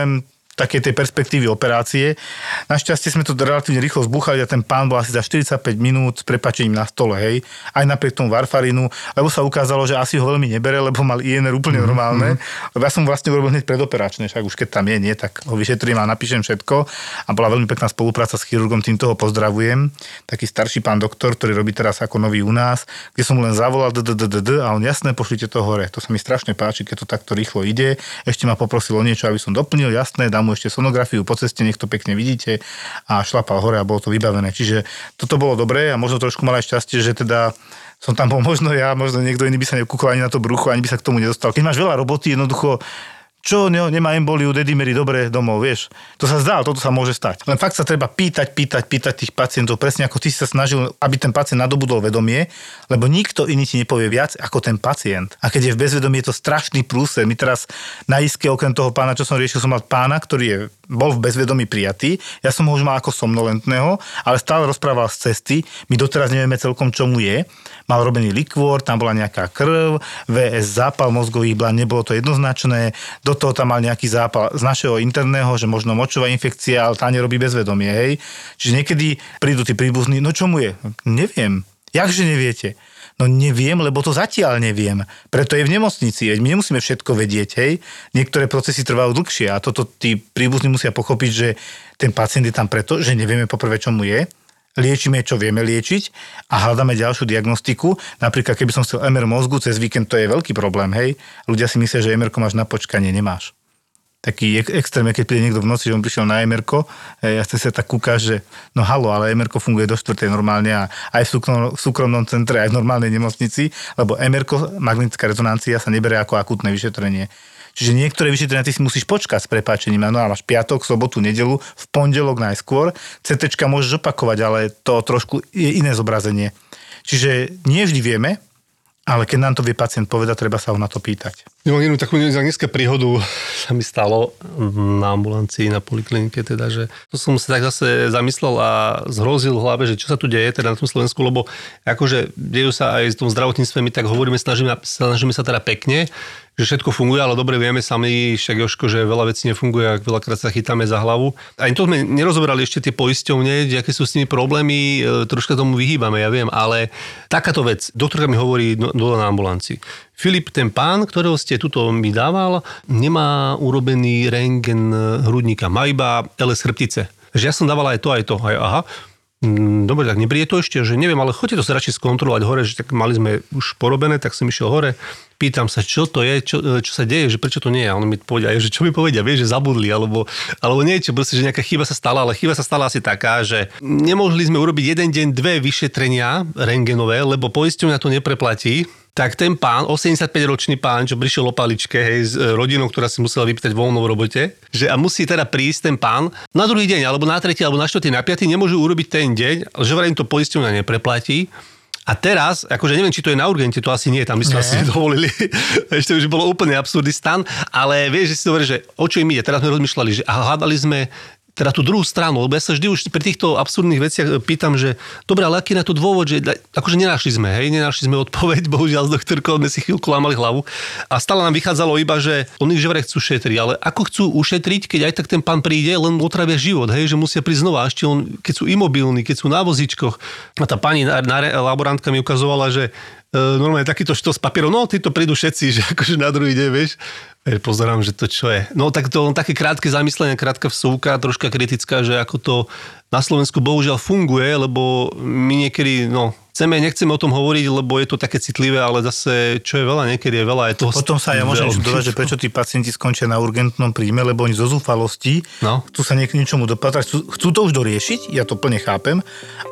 takej tej perspektívy operácie. Našťastie sme to relatívne rýchlo zbúchali a ten pán bol asi za 45 minút s prepáčením na stole, hej. Aj napriek tomu varfarinu, lebo sa ukázalo, že asi ho veľmi nebere, lebo mal INR úplne normálne. Lebo ja som vlastne urobil hneď predoperačne, však už keď tam je, nie, tak ho vyšetrím a napíšem všetko. A bola veľmi pekná spolupráca s chirurgom, týmto ho pozdravujem. Taký starší pán doktor, ktorý robí teraz ako nový u nás, kde som mu len zavolal a on jasné, pošlite to hore. To sa mi strašne páči, keď to takto rýchlo ide. Ešte ma poprosil o niečo, aby som doplnil, jasné, dám mu ešte sonografiu po ceste, nech to pekne vidíte a šlapal hore a bolo to vybavené. Čiže toto bolo dobré a možno trošku mal aj šťastie, že teda som tam bol možno ja, možno niekto iný by sa nekúkol ani na to brucho, ani by sa k tomu nedostal. Keď máš veľa roboty, jednoducho čo, nemá emboliu, dedimery, dobre, domov, vieš. To sa zdá, toto sa môže stať. Len fakt sa treba pýtať tých pacientov, presne ako ty si sa snažil, aby ten pacient nadobudol vedomie, lebo nikto iný ti nepovie viac ako ten pacient. A keď je v bezvedomí, je to strašný prúser. My teraz na iske, okrem toho pána, čo som riešil, som mal pána, ktorý bol v bezvedomí prijatý. Ja som ho už mal ako somnolentného, ale stále rozprával z cesty. My doteraz nevieme celkom, čo mu je. Mal robený likvor, tam bola nejaká krv, VS, zápal mozgových blán, nebolo to jednoznačné. Do toho tam mal nejaký zápal z našeho interného, že možno močová infekcia, ale tá nerobí bezvedomie, hej. Čiže niekedy prídu tí príbuzní, no čo mu je? Neviem. Jakže neviete? No neviem, lebo to zatiaľ neviem. Preto je v nemocnici, veď my nemusíme všetko vedieť, hej. Niektoré procesy trvajú dlhšie a toto tí príbuzní musia pochopiť, že ten pacient je tam preto, že nevieme poprvé, čo mu je. Liečíme, čo vieme liečiť a hľadáme ďalšiu diagnostiku. Napríklad, keby som chcel MR mozgu cez víkend, to je veľký problém, hej. Ľudia si myslia, že MR-ko máš na počkanie, nemáš. Taký extrémne, keď príde niekto v noci, že on prišiel na MR-ko, ja sa tak kúka, že no halo, ale MR-ko funguje do 4. normálne a aj v súkromnom centre, aj v normálnej nemocnici, lebo MR-ko, magnetická rezonancia, sa nebere ako akútne vyšetrenie. Čiže niektoré vyšetrenia ty si musíš počkať s prepáčením. No a máš piatok, sobotu, nedeľu, v pondelok najskôr. CTčka môžeš opakovať, ale to trošku je iné zobrazenie. Čiže nie vždy vieme, ale keď nám to vie pacient povedať, treba sa ho na to pýtať. Ja mám jednu takú dneska príhodu, sa mi stalo na ambulancii, na poliklinike, teda, že to som sa tak zase zamyslel a zhrozil v hlave, že čo sa tu deje teda na tom Slovensku, lebo akože dejú sa aj v tom zdravotníctve, my tak hovoríme, snažíme sa teda pekne, že všetko funguje, ale dobre vieme sami, však Jožko, že veľa vecí nefunguje a veľakrát sa chytáme za hlavu. Ani to sme nerozoberali ešte tie poisťovne, aké sú s nimi problémy, troška tomu vyhýbame, ja viem, ale takáto vec, doktorka mi hovorí dole na ambulancii. Filip, ten pán, ktorého ste tuto mi dával, nemá urobený rentgen hrudníka, má iba LS chrbtice. Že ja som dával aj to. Aha. Dobre, tak nepríde to ešte, že neviem, ale choďte to sa radšej skontrolovať hore, že tak mali sme už porobené, tak som išiel hore, pýtam sa, čo to je, čo sa deje, že prečo to nie je. A on mi povedia, že čo mi povedia, vieš, že zabudli, alebo niečo, proste, že nejaká chyba sa stala, ale chyba sa stala asi taká, že nemohli sme urobiť jeden deň 2 vyšetrenia rentgenové, lebo poisťovňa to nepreplatí. Tak ten pán, 85-ročný pán, čo prišiel o paličke, hej, s rodinou, ktorá si musela vypýtať voľno v robote, že a musí teda prísť ten pán na druhý deň, alebo na tretí, alebo na štvrtý, na piatý, nemôžu urobiť ten deň, že vraj im to poisťovňa nepretlatí. A teraz, akože neviem, či to je na urgente, to asi nie, tam by sme asi dovolili, ešte už bolo úplne absurdistán, ale vieš, že si hovorí, že o čo im ide, teraz sme rozmýšľali, že a hľadali sme teda tú druhú stranu, lebo ja sa vždy už pri týchto absurdných veciach pýtam, že dobre, ale aký na to dôvod, že akože nenašli sme odpoveď, bohužiaľ s doktorkou sme si chvíľku lámali hlavu a stále nám vychádzalo iba, že oni že vraj chcú šetriť, ale ako chcú ušetriť, keď aj tak ten pán príde, len otravia život, hej, že musia prísť znova, ešte keď sú imobilní, keď sú na vozíčkoch. A tá pani laborantka mi ukazovala, že normálne takýto štos papierov, no títo prídu všetci, že akože na druhý deň, vieš. Pozerám, že to čo je. No tak to také krátke zamyslenie, krátka vsúka, troška kritická, že ako to na Slovensku bohužiaľ funguje, lebo my niekedy, nechceme o tom hovoriť, lebo je to také citlivé, ale zase, čo je veľa, niekedy je veľa. Je toho potom sa ja môžem dodať, že prečo tí pacienti skončia na urgentnom príjme, lebo oni zo zúfalosti chcú sa niečomu dopatrať, chcú to už doriešiť, ja to plne chápem,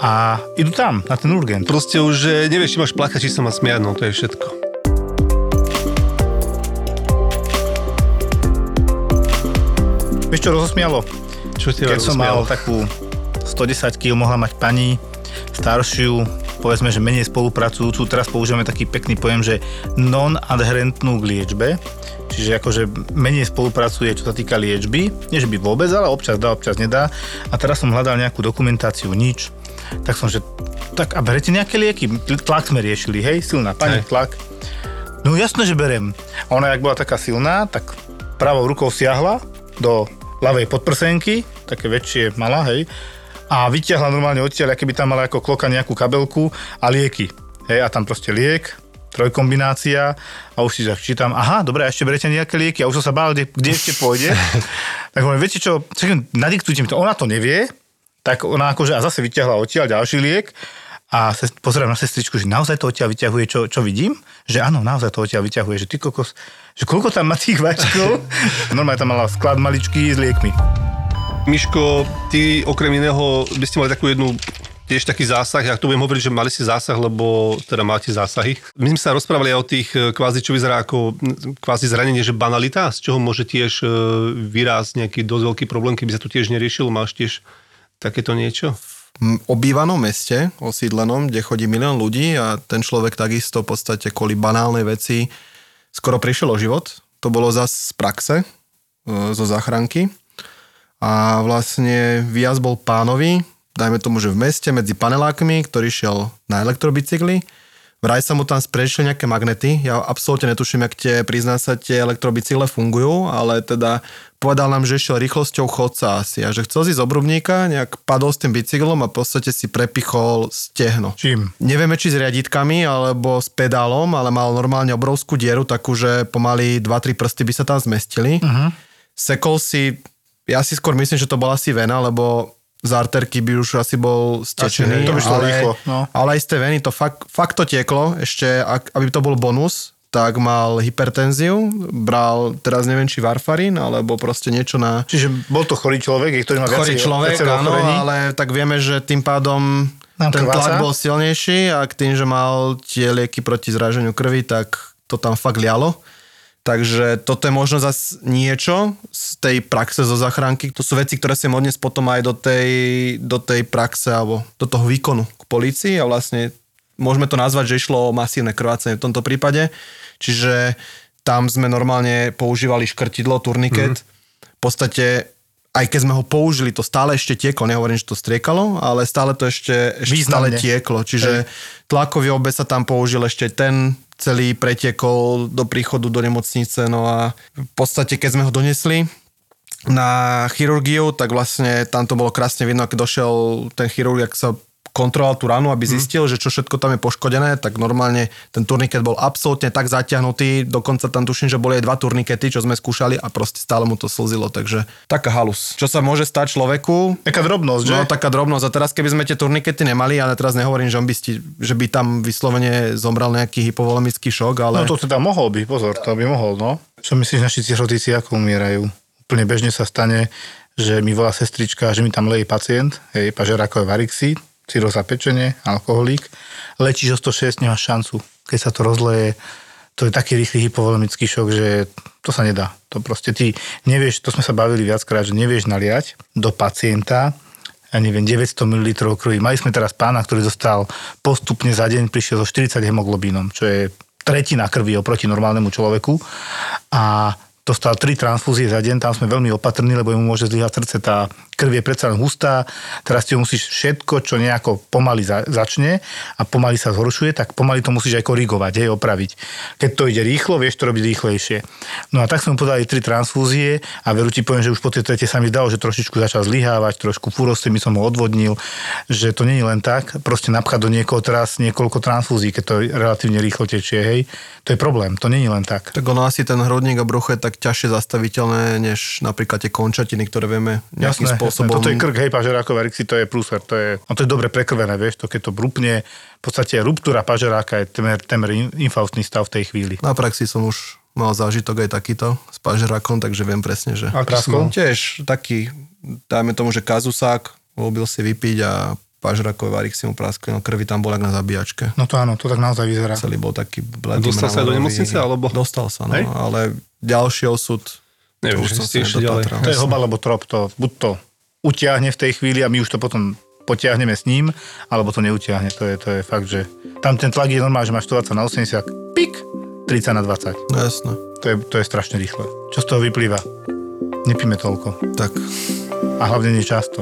a idú tam, na ten urgent. Proste už nevieš, či máš plakať, či sa má smiať, to je všetko. Vieš, čo rozosmialo? Keď som mal takú 110 kg, mohla mať pani staršiu, povedzme, že menej spolupracujúcu, teraz používame taký pekný pojem, že non-adherentnú k liečbe, čiže akože menej spolupracuje, čo sa týka liečby, nie že by vôbec, ale občas dá, občas nedá. A teraz som hľadal nejakú dokumentáciu, nič. Tak som, že tak a berete nejaké lieky? Tlak sme riešili, hej, silná pani, tlak. No jasné, že berem. Ona, jak bola taká silná, tak pravou rukou siahla do ľavej podprsenky, také väčšie mala, hej, a vytiahla normálne odtiaľ, aké by tam mala ako kloka nejakú kabelku a lieky. Hej, a tam proste liek, trojkombinácia a už si čítam, aha, dobre, a ešte berete nejaké lieky a už som sa bál, kde ešte pôjde. Tak hovorím, viete čo, nadiktujte mi to, ona to nevie, tak ona akože a zase vyťahla odtiaľ ďalší liek a pozerám na sestričku, že naozaj to odtiaľ vyťahuje, čo vidím? Že áno, naozaj to odtiaľ vyťahuje, že ty kokos, že koľko tam má tých vačkov? Normálne tam mala sklad maličký s liekmi. Miško, ty okrem iného by ste mali takú jednu tiež taký zásah, ja tu budem hovoriť, že mali ste zásah, lebo teda máte zásahy. My sme sa rozprávali aj o tých kvázi, čo vyzerá ako kvázi zranenie, že banalita, z čoho môže tiež vyrásť nejaký dosť veľký problém, keby sa tu tiež neriešil, máš tiež takéto niečo? V obývanom meste, osídlenom, kde chodí milión ľudí a ten človek takisto v podstate kvôli banálnej veci skoro prišiel o život. To bolo zas z praxe, zo záchranky. A vlastne výjazd bol pánovi, dajme tomu, že v meste medzi panelákmi, ktorý šiel na elektrobicykli. Vraj sa mu tam sprečili nejaké magnety. Ja absolútne netuším, jak tie elektrobicykle fungujú, ale teda povedal nám, že šiel rýchlosťou chodca asi a že chcel ísť z obrubníka, nejak padol s tým bicyklom a v podstate si prepichol stehno. Čím? Nevieme, či s riaditkami alebo s pedálom, ale mal normálne obrovskú dieru, takú, že pomaly 2-3 prsty by sa tam zmestili. Sekol si, ja si skôr myslím, že to bola asi vena, lebo z arterky by už asi bol stečený, to by šlo rýchlo, no. Ale aj z tej veny to fakt to tieklo, ešte aby to bol bonus, tak mal hypertenziu, bral teraz neviem či varfarín, alebo proste niečo na... Čiže bol to chorý človek, ktorý má chorý človek, áno, ale tak vieme, že tým pádom ten tlak bol silnejší a k tým, že mal tie lieky proti zráženiu krvi, tak to tam fakt lialo. Takže toto je možno zase niečo z tej praxe zo záchranky. To sú veci, ktoré si odniesť potom aj do tej praxe alebo do toho výkonu k polícii a vlastne môžeme to nazvať, že išlo o masívne krvácanie v tomto prípade. Čiže tam sme normálne používali škrtidlo, turniket. V podstate aj keď sme ho použili, to stále ešte tieklo. Nehovorím, že to striekalo, ale stále to ešte stále tieklo. Čiže tlakový obed sa tam použil ešte ten celý pretiekol do príchodu do nemocnice, no a v podstate, keď sme ho donesli na chirurgiu, tak vlastne tam to bolo krásne vidno, keď došiel ten chirurg, ak sa kontroloval tú ranu, aby zistil, že čo všetko tam je poškodené, tak normálne ten turniket bol absolútne tak zatiahnutý, dokonca tam tuším, že boli aj 2 turnikety, čo sme skúšali a proste stále mu to slzilo, takže taká halus. Čo sa môže stať človeku? Taká drobnosť, že? No, taká drobnosť. A teraz, keby sme tie turnikety nemali, ja teraz nehovorím, že by tam vyslovene zomrel nejaký hypovolemický šok, ale... No to teda mohol by, pozor, to by mohol, no. Čo myslíš, naši cirotíci ako umierajú? Úplne bežne sa stane, že mi volá sestrička, že mi tam leje pacient, pažerákové varixy, cirróza pečene, alkoholík, lečíš o 106, nemáš šancu. Keď sa to rozleje, to je taký rýchly hypovolemický šok, že to sa nedá. To proste ty nevieš, to sme sa bavili viackrát, že nevieš naliať do pacienta, ja neviem, 900 ml krvi. Mali sme teraz pána, ktorý dostal postupne za deň, prišiel so 40 hemoglobínom, čo je tretina krvi oproti normálnemu človeku a dostal 3 transfúzie za deň, tam sme veľmi opatrní, lebo mu môže zlyhať srdce, tá krv je predsa len hustá, teraz ti ho musíš všetko, čo nejako pomaly začne a pomaly sa zhoršuje, tak pomaly to musíš aj korigovať, opraviť. Keď to ide rýchlo, vieš to robiť rýchlejšie. No a tak sme mu podali 3 transfúzie a veru ti poviem, že už po tej trete sa mi zdalo, že trošičku začal zlyhávať, trošku fúrostmi som ho odvodnil, že to nie je len tak, proste napchať do niekoho teraz niekoľko transfúzií, keď to relatívne rýchlo tečie, hej. To je problém, to nie je len tak. Tak ono asi ten hrudník a brucho je tak ťažšie zastaviteľné, než napríklad tie končatiny, ktoré vieme nejakým spôsobom. Toto je krk, hej, pažerákové varixy, to je prúser, to je dobre prekrvené, vieš, to keď to brupne, v podstate ruptúra pažeráka je temer infaustný stav v tej chvíli. Na praxi som už mal zážitok aj takýto s pažerákom, takže viem presne, že... A praskol? Tiež taký, dajme tomu, že kazusák, ľúbil si vypiť a pažerákové varixy mu praskli, no krvi tam bol jak na zabíjačke. No to áno, to tak naozaj vyzerá. Celý bol taký bledý. Dostal sa do nemocnice, alebo? Dostal sa, no, hej? Ale ďalší osud... Neviem, už že ste išli ďalej. To je hoba, alebo trop, to buď to utiahne v tej chvíli a my už to potom potiahneme s ním, alebo to neutiahne. To je fakt, že tam ten tlak je normálne, že máš 120 na 80, pik, 30 na 20. No jasné. To je strašne rýchle. Čo z toho vyplýva? Nepíme toľko. Tak. A hlavne nie často.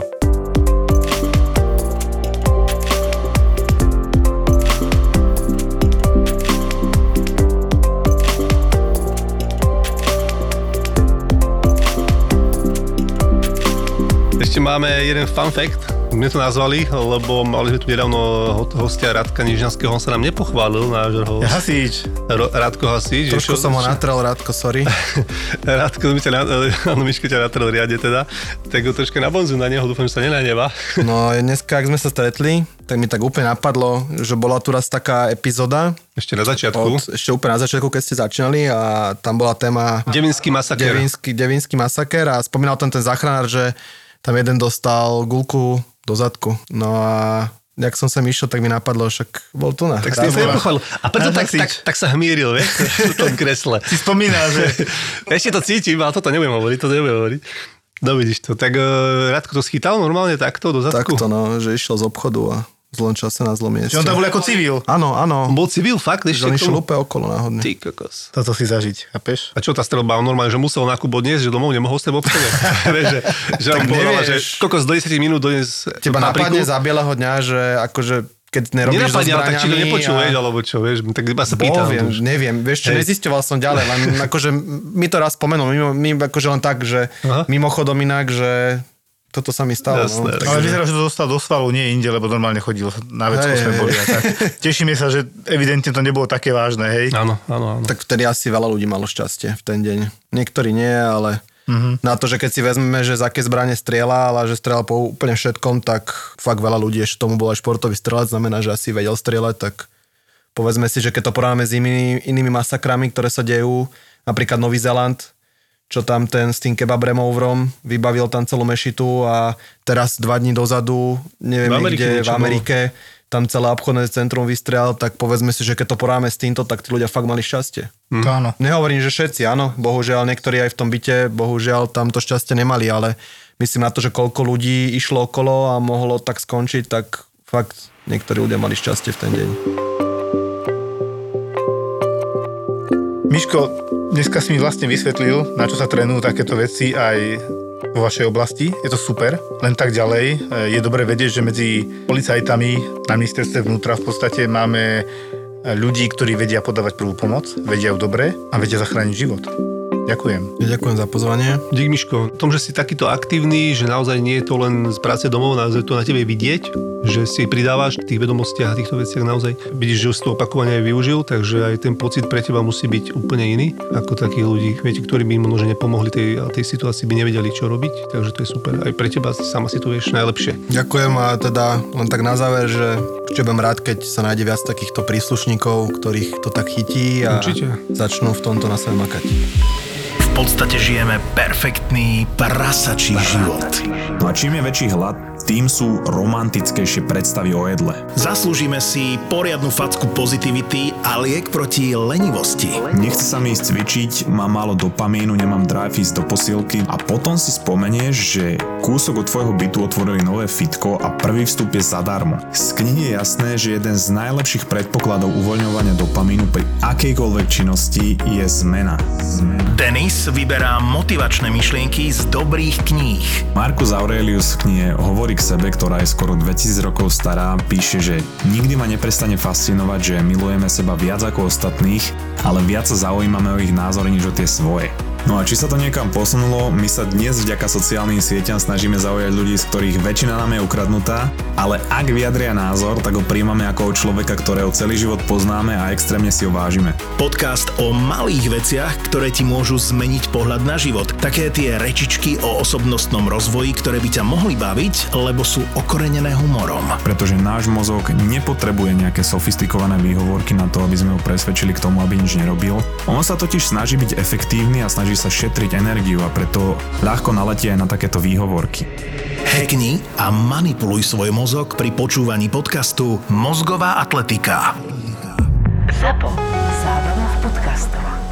máme jeden fun fact, my to nazvali, lebo mali sme tu nedávno hostia Radka Nižňanského, on sa nám nepochválil, náš host. Hasič. Radko Hasič. Trošku som ho natrel, Radko, sorry. Radko, Miško ťa natrel riade teda, tak ho troška nabonzujem na neho, dúfam, že sa nenaneva. No dneska, ak sme sa stretli, tak mi tak úplne napadlo, že bola tu raz taká epizóda. Ešte na začiatku. Ešte úplne na začiatku, keď ste začínali a tam bola téma... Devinský masaker. Devinský masaker a spomínal tam ten záchranár, že tam jeden dostal guľku do zadku. No a jak som sem išiel, tak mi napadlo, však bol tu na. Tak si sa nepochválil. A preto tak sa hmíril, vieš, v tom kresle. Si spomínal, že... Ešte to cítim, ale toto nebudem hovoriť. No vidíš to. Tak Radko to schytal normálne takto do zadku? Takto, no, že išiel z obchodu a v zlom čase na zlom mieste. Že on tam bol ako civil. Áno. On bol civil, fakt? Že on išiel úplne okolo náhodne. Ty kokos. Toto si zažiť, chápeš? A čo tá strelba? On normálne, že musel nákup odniesť, že domov nemohol s tebou obchodovať. že on povedala, že kokos do 10 minút donies teba napadne za bieleho dňa, že akože keď nerobíš so zbraniami... tak či to nepočuješ, alebo čo, vieš, tak iba sa pýtam. Neviem, vieš čo, nezisťoval som ďalej, len akože mi to raz spomenul, my akože len tak, že mimochodom inak, že toto sa mi stalo. Jasné, no. Ale vyzerá, že to dostal do svalu, nie inde, lebo normálne chodil. Na vecku sme boli. Tak. Tešíme sa, že evidentne to nebolo také vážne, hej? Áno. Tak vtedy asi veľa ľudí malo šťastie v ten deň. Niektorí nie, ale na to, že keď si vezmeme, že z aké zbrane strieľa, ale že strieľa po úplne všetkom, tak fakt veľa ľudí, ešte tomu bol aj športový strelec, znamená, že asi vedel strieľať, tak povedzme si, že keď to porovnáme s inými masakrami, ktoré sa dejú, napríklad Nový Zéland, čo tam ten s tým kebab removerom vybavil tam celú mešitu a teraz 2 dní dozadu, neviem kde, v Amerike, tam celé obchodné centrum vystrel, tak povedzme si, že keď to porovnáme s týmto, tak tí ľudia fakt mali šťastie. Áno. Nehovorím, že všetci, áno, bohužiaľ niektorí aj v tom byte, bohužiaľ tam to šťastie nemali, ale myslím na to, že koľko ľudí išlo okolo a mohlo tak skončiť, tak fakt niektorí ľudia mali šťastie v ten deň. Miško, dneska si mi vlastne vysvetlil, na čo sa trénujú takéto veci aj vo vašej oblasti. Je to super, len tak ďalej. Je dobre vedieť, že medzi policajtami na ministerstve vnútra v podstate máme ľudí, ktorí vedia podávať prvú pomoc, vedia ju dobre a vedia zachrániť život. Ďakujem. Ďakujem za pozvanie. Dík, Miško. V tom, že si takýto aktívny, že naozaj nie je to len z práce domov, naozaj to na tebe vidieť, že si pridávaš v tých vedomostiach a týchto veciach naozaj vidíš, že už to opakovanie aj využil, takže aj ten pocit pre teba musí byť úplne iný, ako takých ľudí, viete, ktorí by možno nepomohli tej situácii, by nevedeli, čo robiť, takže to je super. Aj pre teba sama si to vieš najlepšie. Ďakujem a teda len tak na záver, že určite budem rád, keď sa nájde viac takýchto príslušníkov, ktorých to tak chytí a začnú v tomto na sebe makať. V podstate žijeme perfektný prasačí život. No a čím je väčší hlad, tým sú romantickejšie predstavy o jedle. Zaslúžime si poriadnu facku pozitivity a liek proti lenivosti. Nechce sa mi ísť cvičiť, mám málo dopamínu, nemám drive ísť do posilky a potom si spomenieš, že kúsok od tvojho bytu otvorili nové fitko a prvý vstup je zadarmo. Z knihy je jasné, že jeden z najlepších predpokladov uvoľňovania dopamínu pri akejkoľvek činnosti je zmena. Denis vyberá motivačné myšlienky z dobrých kníh. Marcus Aurelius v knihe Hovorí k sebe, ktorá je skoro 2000 rokov stará, píše, že nikdy ma neprestane fascinovať, že milujeme seba viac ako ostatných, ale viac sa zaujímame o ich názory, než o tie svoje. No a či sa to niekam posunulo, my sa dnes vďaka sociálnym sieťam snažíme zaujať ľudí, z ktorých väčšina nám je ukradnutá, ale ak vyjadria názor, tak ho príjmame ako od človeka, ktorého celý život poznáme a extrémne si ho vážime. Podcast o malých veciach, ktoré ti môžu zmeniť pohľad na život. Také tie rečičky o osobnostnom rozvoji, ktoré by ťa mohli baviť, lebo sú okorenené humorom. Pretože náš mozog nepotrebuje nejaké sofistikované výhovorky na to, aby sme ho presvedčili k tomu, aby nič nerobil. On sa totiž snaží byť efektívny a snaží sa šetriť energiu a preto ľahko naletí aj na takéto výhovorky. Hackni a manipuluj svoj mozog pri počúvaní podcastu Mozgová atletika. ZAPO. Zábrná v podcastov.